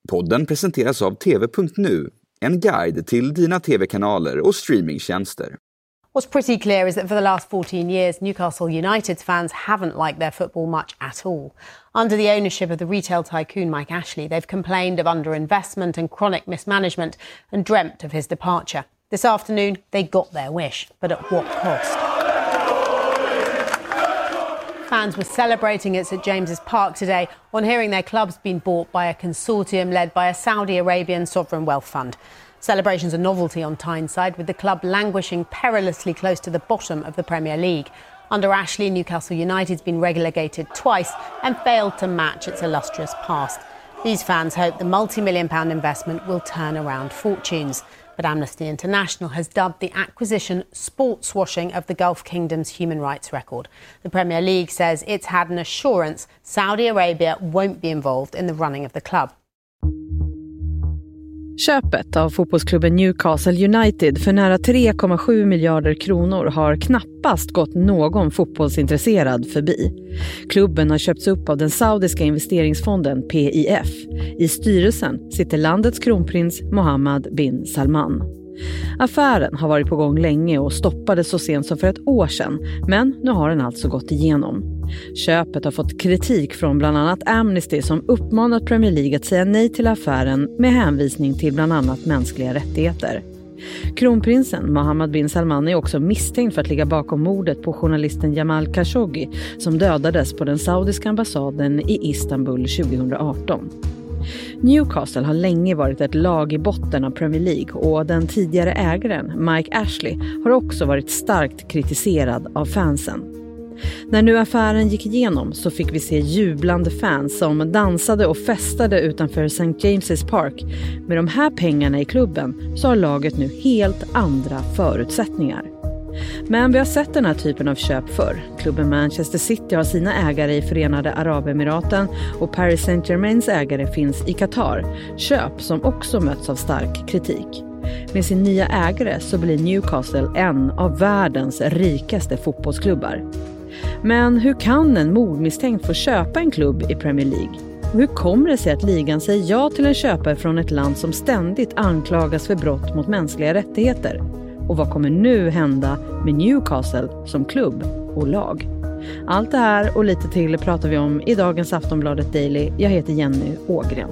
Podden presenteras av TV.nu, en guide till dina tv-kanaler och streamingtjänster. What's pretty clear is that for the last 14 years, Newcastle United's fans haven't liked their football much at all. Under the ownership of the retail tycoon Mike Ashley, they've complained of underinvestment and chronic mismanagement and dreamt of his departure. This afternoon, they got their wish, but at what cost? Fans were celebrating at St James's Park today on hearing their club's been bought by a consortium led by a Saudi Arabian sovereign wealth fund. Celebrations are novelty on Tyneside, with the club languishing perilously close to the bottom of the Premier League. Under Ashley, Newcastle United's been relegated twice and failed to match its illustrious past. These fans hope the multi-million-pound investment will turn around fortunes. But Amnesty International has dubbed the acquisition sportswashing of the Gulf Kingdom's human rights record. The Premier League says it's had an assurance Saudi Arabia won't be involved in the running of the club. Köpet av fotbollsklubben Newcastle United för nära 3,7 miljarder kronor har knappast gått någon fotbollsintresserad förbi. Klubben har köpts upp av den saudiska investeringsfonden PIF. I styrelsen sitter landets kronprins Mohammed bin Salman. Affären har varit på gång länge och stoppades så sent som för ett år sedan, men nu har den alltså gått igenom. Köpet har fått kritik från bland annat Amnesty som uppmanat Premier League att säga nej till affären med hänvisning till bland annat mänskliga rättigheter. Kronprinsen Mohammed bin Salman är också misstänkt för att ligga bakom mordet på journalisten Jamal Khashoggi som dödades på den saudiska ambassaden i Istanbul 2018. Newcastle har länge varit ett lag i botten av Premier League och den tidigare ägaren Mike Ashley har också varit starkt kritiserad av fansen. När nu affären gick igenom så fick vi se jublande fans som dansade och festade utanför St. James's Park. Med de här pengarna i klubben så har laget nu helt andra förutsättningar. Men vi har sett den här typen av köp förr. Klubben Manchester City har sina ägare i Förenade Arabemiraten och Paris Saint-Germains ägare finns i Qatar. Köp som också möts av stark kritik. Med sin nya ägare så blir Newcastle en av världens rikaste fotbollsklubbar. Men hur kan en mordmisstänkt få köpa en klubb i Premier League? Och hur kommer det sig att ligan säger ja till en köpare från ett land som ständigt anklagas för brott mot mänskliga rättigheter? Och vad kommer nu hända med Newcastle som klubb och lag? Allt det här och lite till pratar vi om i dagens Aftonbladet Daily. Jag heter Jenny Ågren.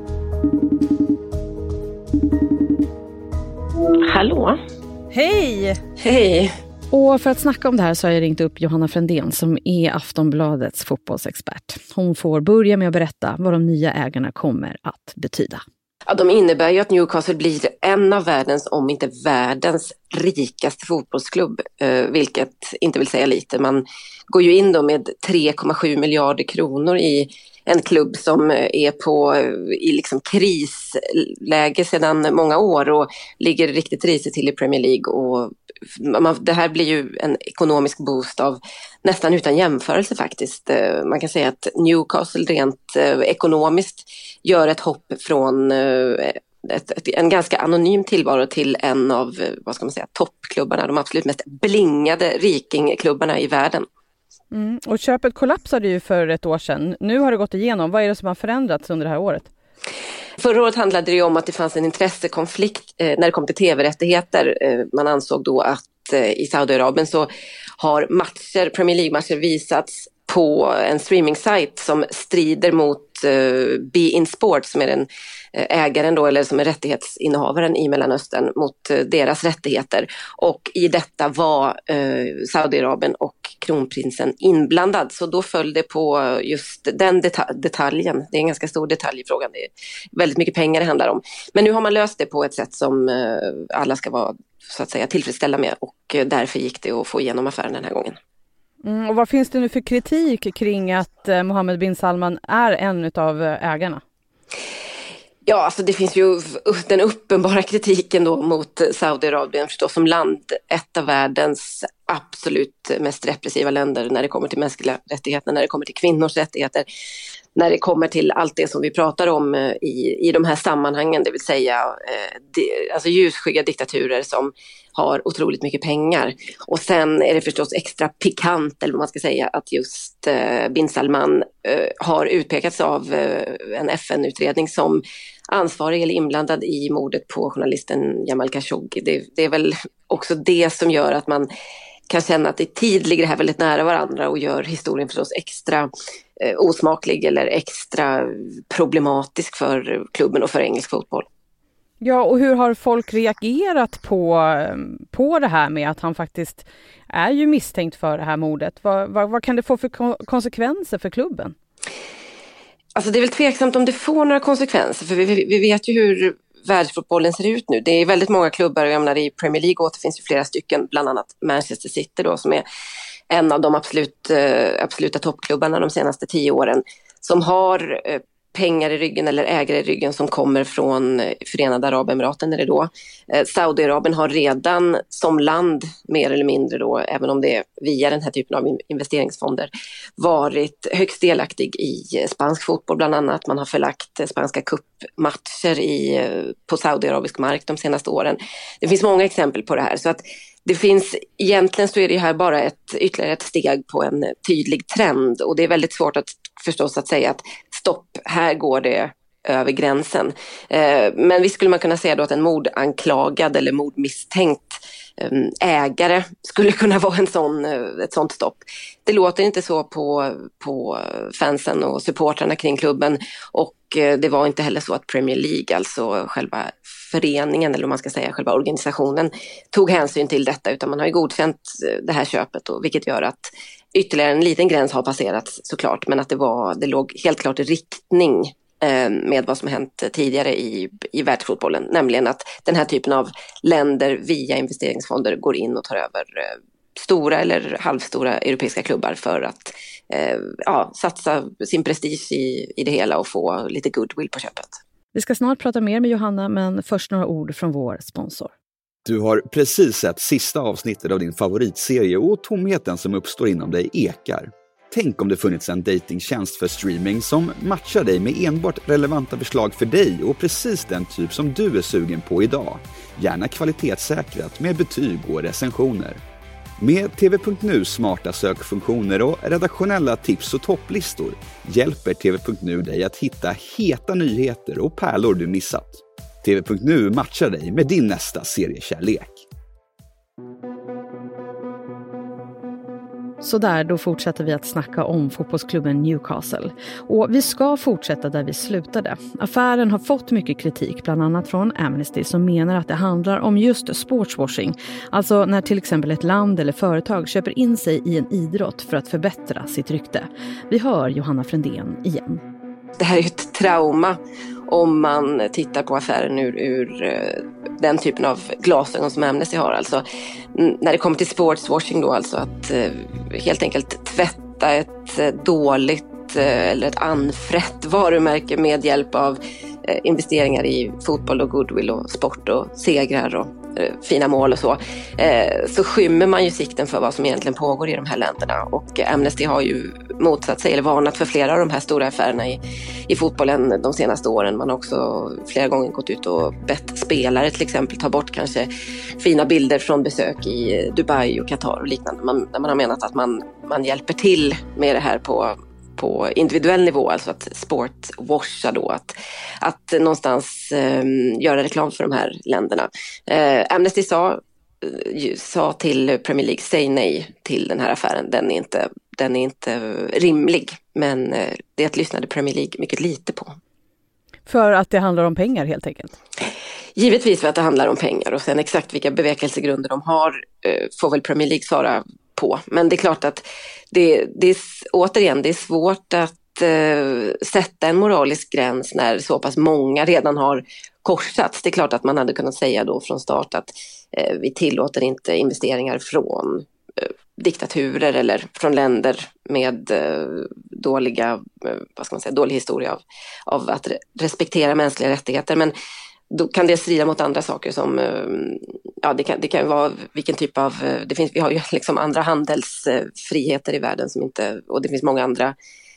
Hallå? Hej! Hej! Och för att snacka om det här så har jag ringt upp Johanna Frändén som är Aftonbladets fotbollsexpert. Hon får börja med att berätta vad de nya ägarna kommer att betyda. Ja, de innebär ju att Newcastle blir en av världens, om inte världens, rikaste fotbollsklubb. Vilket inte vill säga lite. Man går ju in då med 3,7 miljarder kronor i en klubb som är i liksom krisläge sedan många år och ligger riktigt risigt till i Premier League. Och det här blir ju en ekonomisk boost av nästan utan jämförelse faktiskt. Man kan säga att Newcastle rent ekonomiskt gör ett hopp från en ganska anonym tillvaro till en av, vad ska man säga, toppklubbarna, de absolut mest blingade rikingklubbarna i världen. Och köpet kollapsade ju för ett år sedan. Nu har det gått igenom. Vad är det som har förändrats under det här året? Förra året handlade det ju om att det fanns en intressekonflikt när det kom till tv-rättigheter. Man ansåg då att i Saudiarabien så har Premier League-matcher visats på en streaming-sajt som strider mot beIN Sport som är den ägaren då, eller som är rättighetsinnehavaren i Mellanöstern, mot deras rättigheter. Och i detta var Saudiarabien och kronprinsen inblandad. Så då föll det på just den detaljen. Det är en ganska stor detalj i frågan. Det är väldigt mycket pengar det handlar om. Men nu har man löst det på ett sätt som alla ska vara, så att säga, tillfredsställda med. Och därför gick det att få igenom affären den här gången. Och vad finns det nu för kritik kring att Mohammed bin Salman är en av ägarna? Ja, alltså det finns ju den uppenbara kritiken då mot Saudiarabien förstås som land, ett av världens absolut mest repressiva länder när det kommer till mänskliga rättigheter, när det kommer till kvinnors rättigheter, när det kommer till allt det som vi pratar om i de här sammanhangen, det vill säga alltså ljusskygga diktaturer som har otroligt mycket pengar. Och sen är det förstås extra pikant, eller vad man ska säga, att just bin Salman har utpekats av en FN-utredning som ansvarig eller inblandad i mordet på journalisten Jamal Khashoggi. Det är väl också det som gör att man kan känna att i tid ligger det här väldigt nära varandra och gör historien förstås extra osmaklig eller extra problematisk för klubben och för engelsk fotboll. Ja, och hur har folk reagerat på det här med att han faktiskt är ju misstänkt för det här mordet? Vad kan det få för konsekvenser för klubben? Alltså det är väl tveksamt om det får några konsekvenser, för vi vet ju hur världsfotbollen ser ut nu. Det är väldigt många klubbar, jag menar i Premier League återfinns ju flera stycken, bland annat Manchester City då, som är en av de absoluta toppklubbarna de senaste 10 åren, som har pengar i ryggen eller ägare i ryggen som kommer från Förenade Arabemiraten är det då. Saudiarabien har redan som land mer eller mindre då, även om det är via den här typen av investeringsfonder, varit högst delaktig i spansk fotboll bland annat. Man har förlagt spanska cupmatcher på saudiarabisk mark de senaste åren. Det finns många exempel på det här, så att det finns, egentligen så är det här bara ytterligare ett steg på en tydlig trend, och det är väldigt svårt att förstås att säga att stopp, här går det över gränsen. Men visst skulle man kunna säga då att en mordanklagad eller mordmisstänkt ägare skulle kunna vara ett sånt stopp. Det låter inte så på fansen och supportrarna kring klubben, och det var inte heller så att Premier League, alltså själva föreningen eller om man ska säga själva organisationen, tog hänsyn till detta, utan man har ju godkänt det här köpet, och vilket gör att ytterligare en liten gräns har passerats såklart, men att det låg helt klart i riktning med vad som hänt tidigare i världsfotbollen, nämligen att den här typen av länder via investeringsfonder går in och tar över stora eller halvstora europeiska klubbar för att satsa sin prestige i det hela och få lite goodwill på köpet. Vi ska snart prata mer med Johanna, men först några ord från vår sponsor. Du har precis sett sista avsnittet av din favoritserie och tomheten som uppstår inom dig ekar. Tänk om det funnits en datingtjänst för streaming som matchar dig med enbart relevanta förslag för dig och precis den typ som du är sugen på idag. Gärna kvalitetssäkrat med betyg och recensioner. Med TV.nu smarta sökfunktioner och redaktionella tips och topplistor hjälper TV.nu dig att hitta heta nyheter och pärlor du missat. TV.nu matchar dig med din nästa seriekärlek. Så där, då fortsätter vi att snacka om fotbollsklubben Newcastle. Och vi ska fortsätta där vi slutade. Affären har fått mycket kritik, bland annat från Amnesty, som menar att det handlar om just sportswashing. Alltså när till exempel ett land eller företag köper in sig i en idrott för att förbättra sitt rykte. Vi hör Johanna Frändén igen. Det här är ju ett trauma om man tittar på affären ur den typen av glasögon som Amnesty har. Alltså, när det kommer till sportswashing då, alltså att helt enkelt tvätta ett dåligt eller ett anfrätt varumärke med hjälp av investeringar i fotboll och goodwill och sport och segrar och fina mål och så skymmer man ju sikten för vad som egentligen pågår i de här länderna, och Amnesty har ju motsatt sig eller varnat för flera av de här stora affärerna i fotbollen de senaste åren. Man har också flera gånger gått ut och bett spelare till exempel ta bort kanske fina bilder från besök i Dubai och Qatar och liknande. Man har menat att man hjälper till med det här på individuell nivå, alltså att sportwasha då, att någonstans göra reklam för de här länderna. Amnesty sa till Premier League, säg nej till den här affären, den är inte rimlig, men det lyssnade Premier League mycket lite på. För att det handlar om pengar helt enkelt? Givetvis för att det handlar om pengar, och sen exakt vilka bevekelsegrunder de har får väl Premier League svara på. Men det är klart att det är svårt att sätta en moralisk gräns när så pass många redan har korsats. Det är klart att man hade kunnat säga då från start att vi tillåter inte investeringar från diktaturer eller från länder med dålig historia av att respektera mänskliga rättigheter. Men då kan det strida mot andra saker som, det kan vara vilken typ av, vi har ju liksom andra handelsfriheter i världen och det finns många andra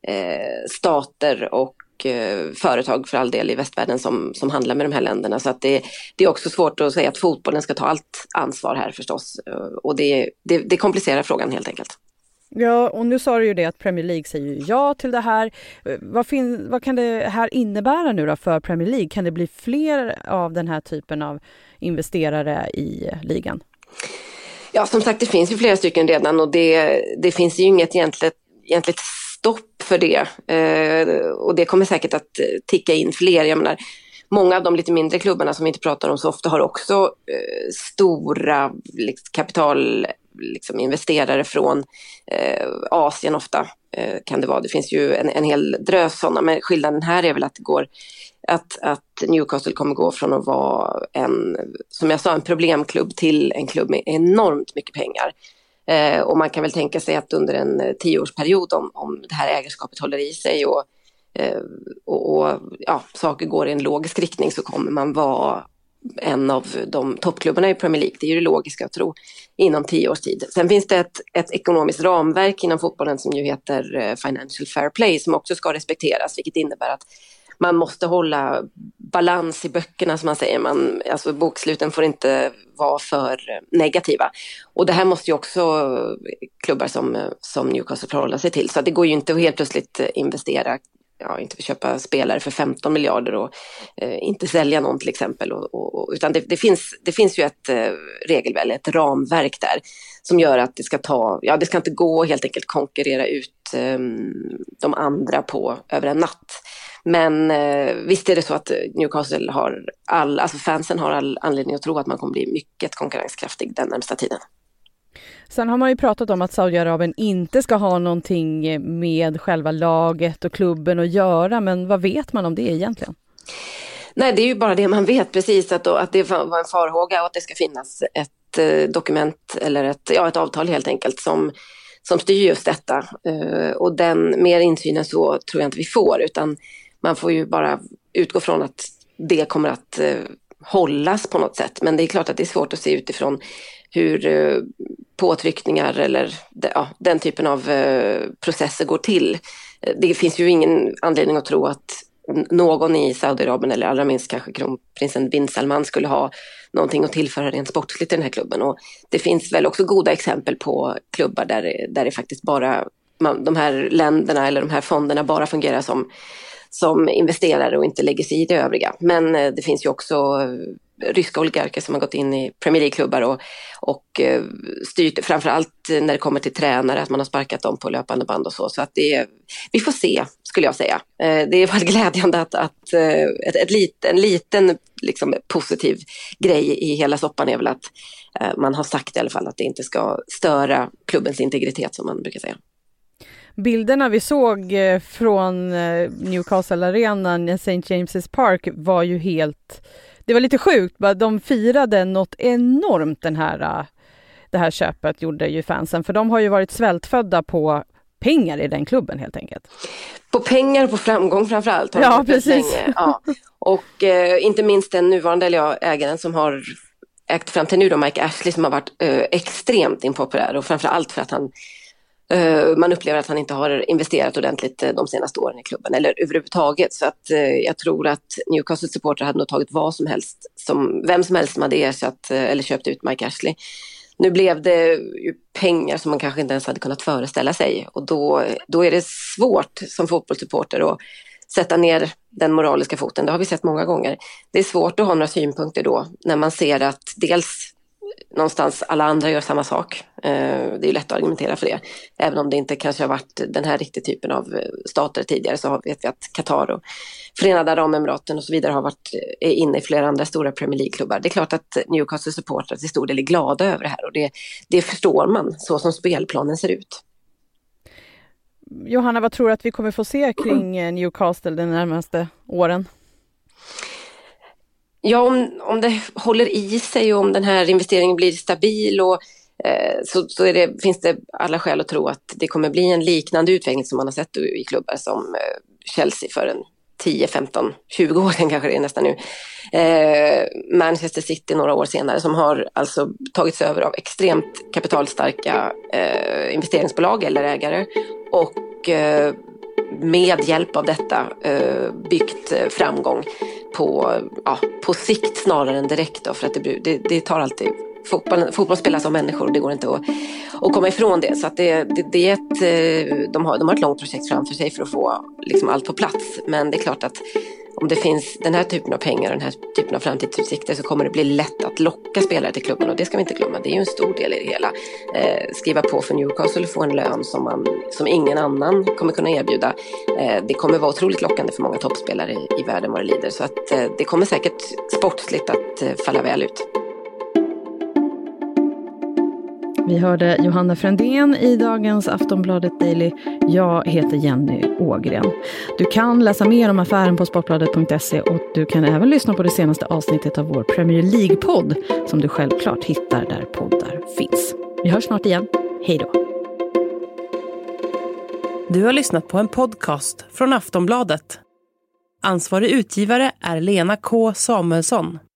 stater och företag för all del i västvärlden som handlar med de här länderna. Så att det är också svårt att säga att fotbollen ska ta allt ansvar här förstås. Och det komplicerar frågan helt enkelt. Ja, och nu sa du ju det att Premier League säger ju ja till det här. Vad kan det här innebära nu då för Premier League? Kan det bli fler av den här typen av investerare i ligan? Ja, som sagt, det finns ju flera stycken redan och det finns ju inget egentligt stopp för det. Och det kommer säkert att ticka in fler. Jag menar, många av de lite mindre klubbarna som vi inte pratar om så ofta har också stora kapital investerare från Asien ofta kan det vara. Det finns ju en hel drös sådana, men skillnaden här är väl att det går att Newcastle kommer gå från att vara som jag sa, en problemklubb till en klubb med enormt mycket pengar. Och man kan väl tänka sig att under en 10-årsperiod om det här ägarskapet håller i sig och saker går i en logisk riktning så kommer man vara en av de toppklubbarna i Premier League. Det är ju det logiska att tro inom 10 års tid. Sen finns det ett ekonomiskt ramverk inom fotbollen som ju heter Financial Fair Play som också ska respekteras, vilket innebär att man måste hålla balans i böckerna som man säger. Alltså boksluten får inte vara för negativa. Och det här måste ju också klubbar som Newcastle förhålla sig till. Så det går ju inte att helt plötsligt investera, inte köpa spelare för 15 miljarder och inte sälja någon till exempel. Utan det finns ju ett regelverk, ett ramverk där som gör att det ska inte gå helt enkelt konkurrera ut de andra över en natt. Men visst är det så att Newcastle fansen har all anledning att tro att man kommer bli mycket konkurrenskraftig den närmsta tiden. Sen har man ju pratat om att Saudiarabien inte ska ha någonting med själva laget och klubben att göra, men vad vet man om det egentligen? Nej, det är ju bara det man vet precis, att det var en farhåga och att det ska finnas ett dokument eller ett avtal helt enkelt som styr just detta. Och mer insynen så tror jag inte vi får, utan man får ju bara utgå från att det kommer att hållas på något sätt. Men det är klart att det är svårt att se utifrån hur påtryckningar eller den typen av processer går till. Det finns ju ingen anledning att tro att någon i Saudiarabien eller allra minst kanske kronprinsen bin Salman skulle ha någonting att tillföra rent sportsligt i den här klubben. Och det finns väl också goda exempel på klubbar där det faktiskt bara de här länderna eller de här fonderna bara fungerar som investerare och inte lägger sig i det övriga. Men det finns ju också ryska oligarker som har gått in i Premier League-klubbar och styrt, framförallt när det kommer till tränare, att man har sparkat dem på löpande band och så. Så att vi får se, skulle jag säga. Det är väl glädjande att en liten positiv grej i hela soppan är väl att man har sagt i alla fall att det inte ska störa klubbens integritet, som man brukar säga. Bilderna vi såg från Newcastle-arenan, St. James's Park, var ju det var lite sjukt. De firade något enormt det här köpet, gjorde ju fansen. För de har ju varit svältfödda på pengar i den klubben helt enkelt. På pengar och på framgång framförallt. Ja, precis. Ja. Och inte minst den nuvarande ägaren som har ägt fram till nu då, Mike Ashley, som har varit extremt impopulär. Och framförallt för att man upplever att han inte har investerat ordentligt de senaste åren i klubben eller överhuvudtaget. Så att jag tror att Newcastle supporter hade nog tagit vem som helst som hade ersatt eller köpt ut Mike Ashley. Nu blev det ju pengar som man kanske inte ens hade kunnat föreställa sig, och då är det svårt som fotbollssupporter att sätta ner den moraliska foten. Det har vi sett många gånger. Det är svårt att ha några synpunkter då när man ser att dels någonstans alla andra gör samma sak. Det är lätt att argumentera för det. Även om det inte kanske har varit den här riktiga typen av stater tidigare, så vet vi att Qatar och Förenade Arabemiraten och så vidare är inne i flera andra stora Premier League-klubbar. Det är klart att Newcastle supportrar till stor del är glada över det här, och det förstår man så som spelplanen ser ut. Johanna, vad tror du att vi kommer få se kring Newcastle de närmaste åren? Ja, om det håller i sig och om den här investeringen blir stabil så finns det alla skäl att tro att det kommer bli en liknande utveckling som man har sett i klubbar som Chelsea för 10, 15, 20 år sedan kanske det är nästan nu. Manchester City några år senare, som har alltså tagits över av extremt kapitalstarka investeringsbolag eller ägare, och med hjälp av detta byggt framgång på sikt snarare än direkt då, för att det tar alltid fotboll spelas av människor, det går inte att komma ifrån det. Så att det är de har ett långt projekt framför sig för att få liksom allt på plats. Men det är klart att om det finns den här typen av pengar och den här typen av framtidsutsikter så kommer det bli lätt att locka spelare till klubben, och det ska vi inte glömma. Det är ju en stor del i det hela. Skriva på för Newcastle och få en lön som ingen annan kommer kunna erbjuda. Det kommer vara otroligt lockande för många toppspelare i världen vad det lider. Så att det kommer säkert sportsligt att falla väl ut. Vi hörde Johanna Frändén i dagens Aftonbladet Daily. Jag heter Jenny Ågren. Du kan läsa mer om affären på sportbladet.se och du kan även lyssna på det senaste avsnittet av vår Premier League-podd som du självklart hittar där poddar finns. Vi hörs snart igen. Hej då! Du har lyssnat på en podcast från Aftonbladet. Ansvarig utgivare är Lena K. Samuelsson.